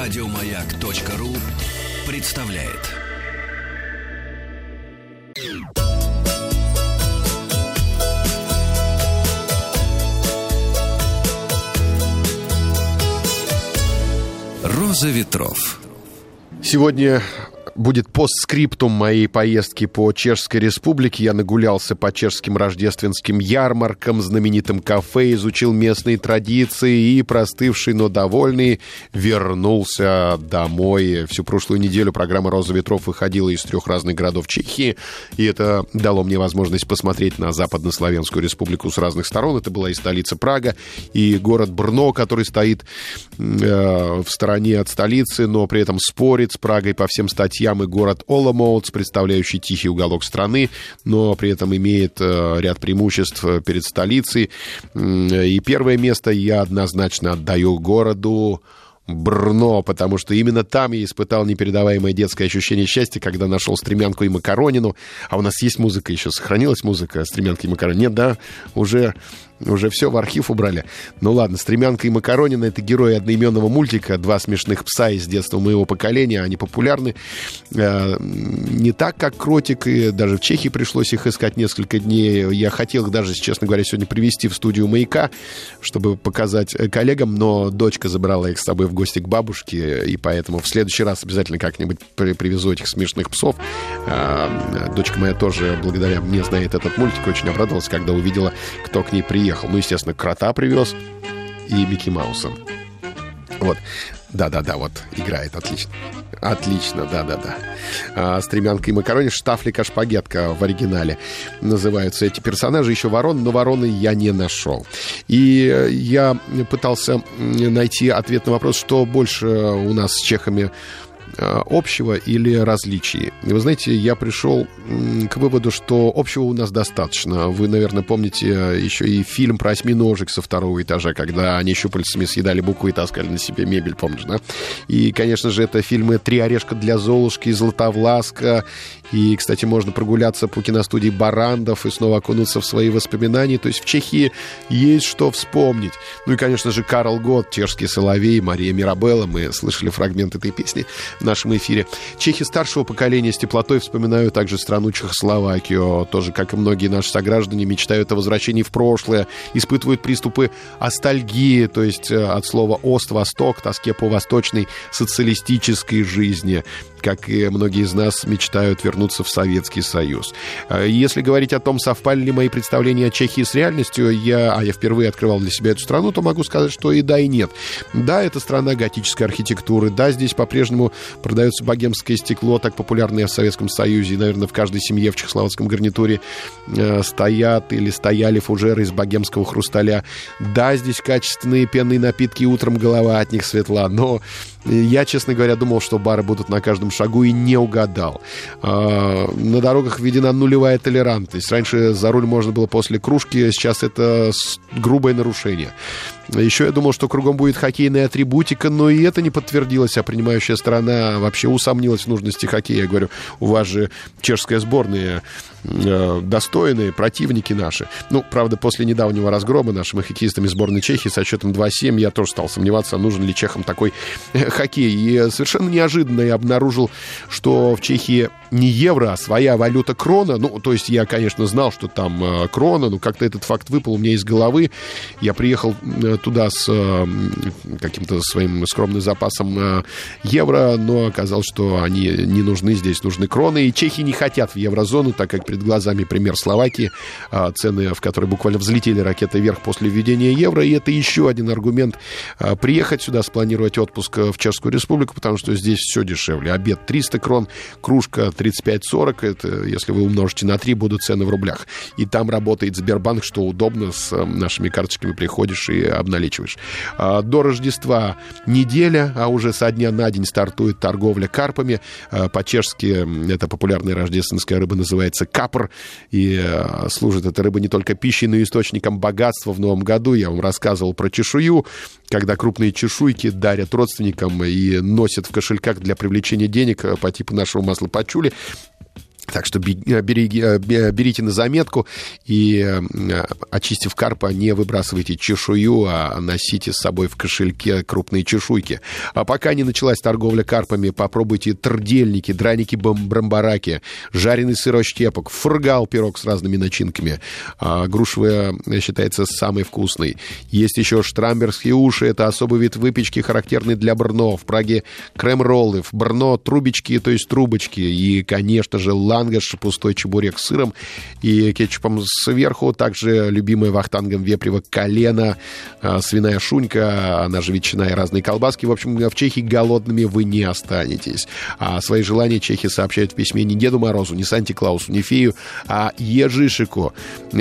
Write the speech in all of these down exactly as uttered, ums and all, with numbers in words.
Радиомаяк.ру представляет. Роза ветров. Сегодня будет постскриптум моей поездки по Чешской Республике. Я нагулялся по чешским рождественским ярмаркам, знаменитым кафе, изучил местные традиции и, простывший, но довольный, вернулся домой. Всю прошлую неделю программа «Роза ветров» выходила из трех разных городов Чехии, и это дало мне возможность посмотреть на Западнославянскую республику с разных сторон. Это была и столица Прага, и город Брно, который стоит э, в стороне от столицы, но при этом спорит с Прагой по всем статьям, и город Оломоуц, представляющий тихий уголок страны, но при этом имеет э, ряд преимуществ перед столицей. И первое место я однозначно отдаю городу Брно, потому что именно там я испытал непередаваемое детское ощущение счастья, когда нашел стремянку и макаронину. А у нас есть музыка еще? Сохранилась музыка стремянки и макаронины? Нет, да? Уже... Уже все в архив убрали. Ну ладно, стремянка и макаронина — это герои одноименного мультика. Два смешных пса из детства моего поколения. Они популярны э, не так, как Кротик. И даже в Чехии пришлось их искать несколько дней. Я хотел их даже, честно говоря, сегодня привезти в студию «Маяка», чтобы показать коллегам. Но дочка забрала их с собой в гости к бабушке. И поэтому в следующий раз обязательно как-нибудь при- привезу этих смешных псов. Э, дочка моя тоже, благодаря мне, знает этот мультик. Очень обрадовалась, когда увидела, кто к ней приехал. Ну, естественно, крота привез и Микки Мауса. Вот. Да-да-да, вот, играет отлично. Отлично, да-да-да. А, стремянка и макарони, штафлика, шпагетка в оригинале называются эти персонажи. Еще ворон, но вороны я не нашел. И я пытался найти ответ на вопрос, что больше у нас с чехами общего или различий. Вы знаете, я пришел к выводу, что общего у нас достаточно. Вы, наверное, помните еще и фильм про осьминожек со второго этажа, когда они щупальцами съедали буквы и таскали на себе мебель, помнишь, да? И, конечно же, это фильмы «Три орешка для Золушки», «Златовласка». И, кстати, можно прогуляться по киностудии Барандов и снова окунуться в свои воспоминания. То есть в Чехии есть что вспомнить. Ну и, конечно же, Карл Гот, чешский соловей, Мария Мирабелла. Мы слышали фрагмент этой песни в нашем эфире. Чехи старшего поколения с теплотой вспоминают также страну Чехословакию. Тоже, как и многие наши сограждане, мечтают о возвращении в прошлое, испытывают приступы ностальгии, то есть от слова «Ост-Восток», тоске по восточной социалистической жизни. Как и многие из нас мечтают вернуться в Советский Союз. Если говорить о том, совпали ли мои представления о Чехии с реальностью, я, а я впервые открывал для себя эту страну, то могу сказать, что и да, и нет. Да, это страна готической архитектуры, да, здесь по-прежнему продается богемское стекло, так популярное в Советском Союзе, и, наверное, в каждой семье в чехословацком гарнитуре э, стоят или стояли фужеры из богемского хрусталя. Да, здесь качественные пенные напитки, утром голова от них светла, но я, честно говоря, думал, что бары будут на каждом шагу, и не угадал. На дорогах введена нулевая толерантность. Раньше за руль можно было после кружки, сейчас это грубое нарушение. Еще я думал, что кругом будет хоккейная атрибутика, но и это не подтвердилось, а принимающая сторона вообще усомнилась в нужности хоккея. Я говорю, у вас же чешская сборная, э, достойные противники наши. Ну, правда, после недавнего разгрома нашими хоккеистами сборной Чехии со счетом два семь я тоже стал сомневаться, нужен ли чехам такой хоккей. И совершенно неожиданно я обнаружил, что в Чехии не евро, а своя валюта крона. Ну, то есть я, конечно, знал, что там э, крона, но как-то этот факт выпал у меня из головы. Я приехал э, туда с э, каким-то своим скромным запасом э, евро, но оказалось, что они не нужны, здесь нужны кроны. И чехи не хотят в еврозону, так как перед глазами пример Словакии, э, цены в которой буквально взлетели ракеты вверх после введения евро. И это еще один аргумент э, приехать сюда, спланировать отпуск в Чешскую Республику, потому что здесь все дешевле. Обед триста крон, кружка тридцать пять сорок, это, если вы умножите на три, будут цены в рублях. И там работает Сбербанк, что удобно, с нашими карточками приходишь и обналичиваешь. До Рождества неделя, а уже со дня на день стартует торговля карпами. По-чешски эта популярная рождественская рыба называется капр, и служит эта рыба не только пищей, но и источником богатства в новом году. Я вам рассказывал про чешую, когда крупные чешуйки дарят родственникам и носят в кошельках для привлечения денег по типу нашего масла пачули. Так что берите на заметку и, очистив карпа, не выбрасывайте чешую, а носите с собой в кошельке крупные чешуйки. А пока не началась торговля карпами, попробуйте трдельники, драники-брамбараки, жареный сырощепок, фургал, пирог с разными начинками. Грушевая считается самой вкусной. Есть еще штрамберские уши, это особый вид выпечки, характерный для Брно. В Праге крем-роллы, в Брно трубочки, то есть трубочки. И, конечно же, лангаш, пустой чебурек с сыром и кетчупом сверху. Также любимая вахтангом вепрево колено, свиная шунька, она же ветчина и разные колбаски. В общем, в Чехии голодными вы не останетесь. А свои желания чехи сообщают в письме не Деду Морозу, не Санте-Клаусу, не Фею, а Ежишику.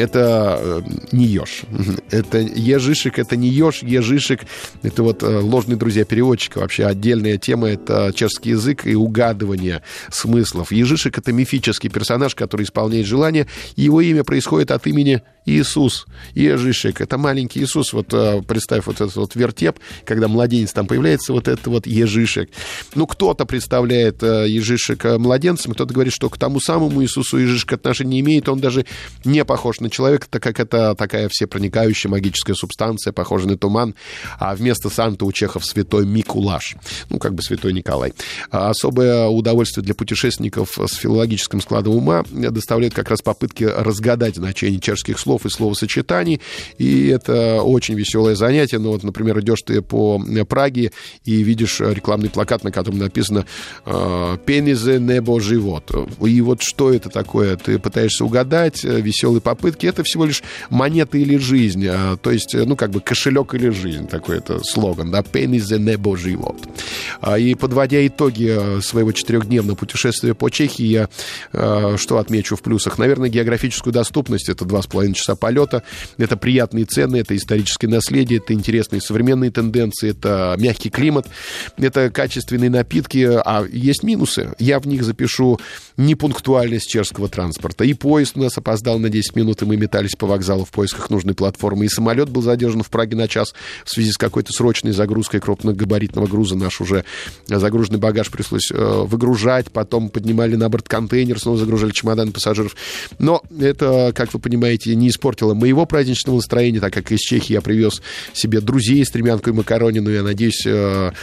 Это не еж. Это Ежишик, это не еж, Ежишик. Это вот ложные друзья переводчика. Вообще отдельная тема — это чешский язык и угадывание смыслов. Ежишик — это мифический персонаж, который исполняет желания. Его имя происходит от имени Иисус. Ежишек — это маленький Иисус. Вот представь вот этот вот вертеп, когда младенец там появляется, вот это вот Ежишек. Ну, кто-то представляет Ежишек младенцем, кто-то говорит, что к тому самому Иисусу Ежишек отношения не имеет, он даже не похож на человека, так как это такая всепроникающая магическая субстанция, похожа на туман, а вместо Санты у чехов святой Микулаш, ну, как бы святой Николай. А особое удовольствие для путешественников с филологическим складом ума доставляют как раз попытки разгадать значение чешских слов и словосочетаний, и это очень веселое занятие. Ну, вот, например, идешь ты по Праге и видишь рекламный плакат, на котором написано «Пенизе, небо, живот». И вот что это такое? Ты пытаешься угадать, веселые попытки. Это всего лишь монета или жизнь, то есть, ну, как бы кошелек или жизнь, такой это слоган, да, «Пенизе, небо, живот». И подводя итоги своего четырехдневного путешествия по Чехии, я что отмечу в плюсах? Наверное, географическую доступность. Это два с половиной часа полета, это приятные цены, это историческое наследие, это интересные современные тенденции, это мягкий климат, это качественные напитки, а есть минусы. Я в них запишу непунктуальность чешского транспорта. И поезд у нас опоздал на десять минут, и мы метались по вокзалу в поисках нужной платформы. И самолет был задержан в Праге на час в связи с какой-то срочной загрузкой крупногабаритного груза. Наш уже загруженный багаж пришлось э, выгружать, потом поднимали на борт контейнер, снова загружали чемоданы пассажиров. Но это, как вы понимаете, не испортило моего праздничного настроения, так как из Чехии я привез себе друзей, стремянку и макаронину. Я надеюсь, э,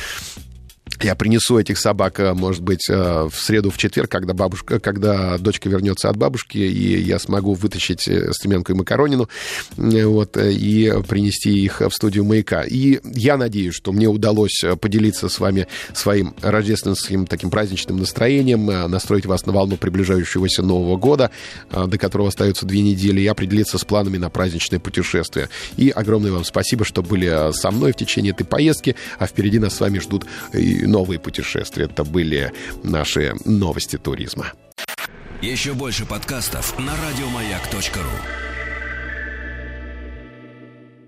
я принесу этих собак, может быть, в среду, в четверг, когда бабушка, когда дочка вернется от бабушки, и я смогу вытащить стремянку и макаронину, вот, и принести их в студию «Маяка». И я надеюсь, что мне удалось поделиться с вами своим рождественским таким праздничным настроением, настроить вас на волну приближающегося Нового года, до которого остается две недели, и определиться с планами на праздничное путешествие. И огромное вам спасибо, что были со мной в течение этой поездки, а впереди нас с вами ждут новые путешествия. Это были наши новости туризма. Еще больше подкастов на радиомаяк точка ру.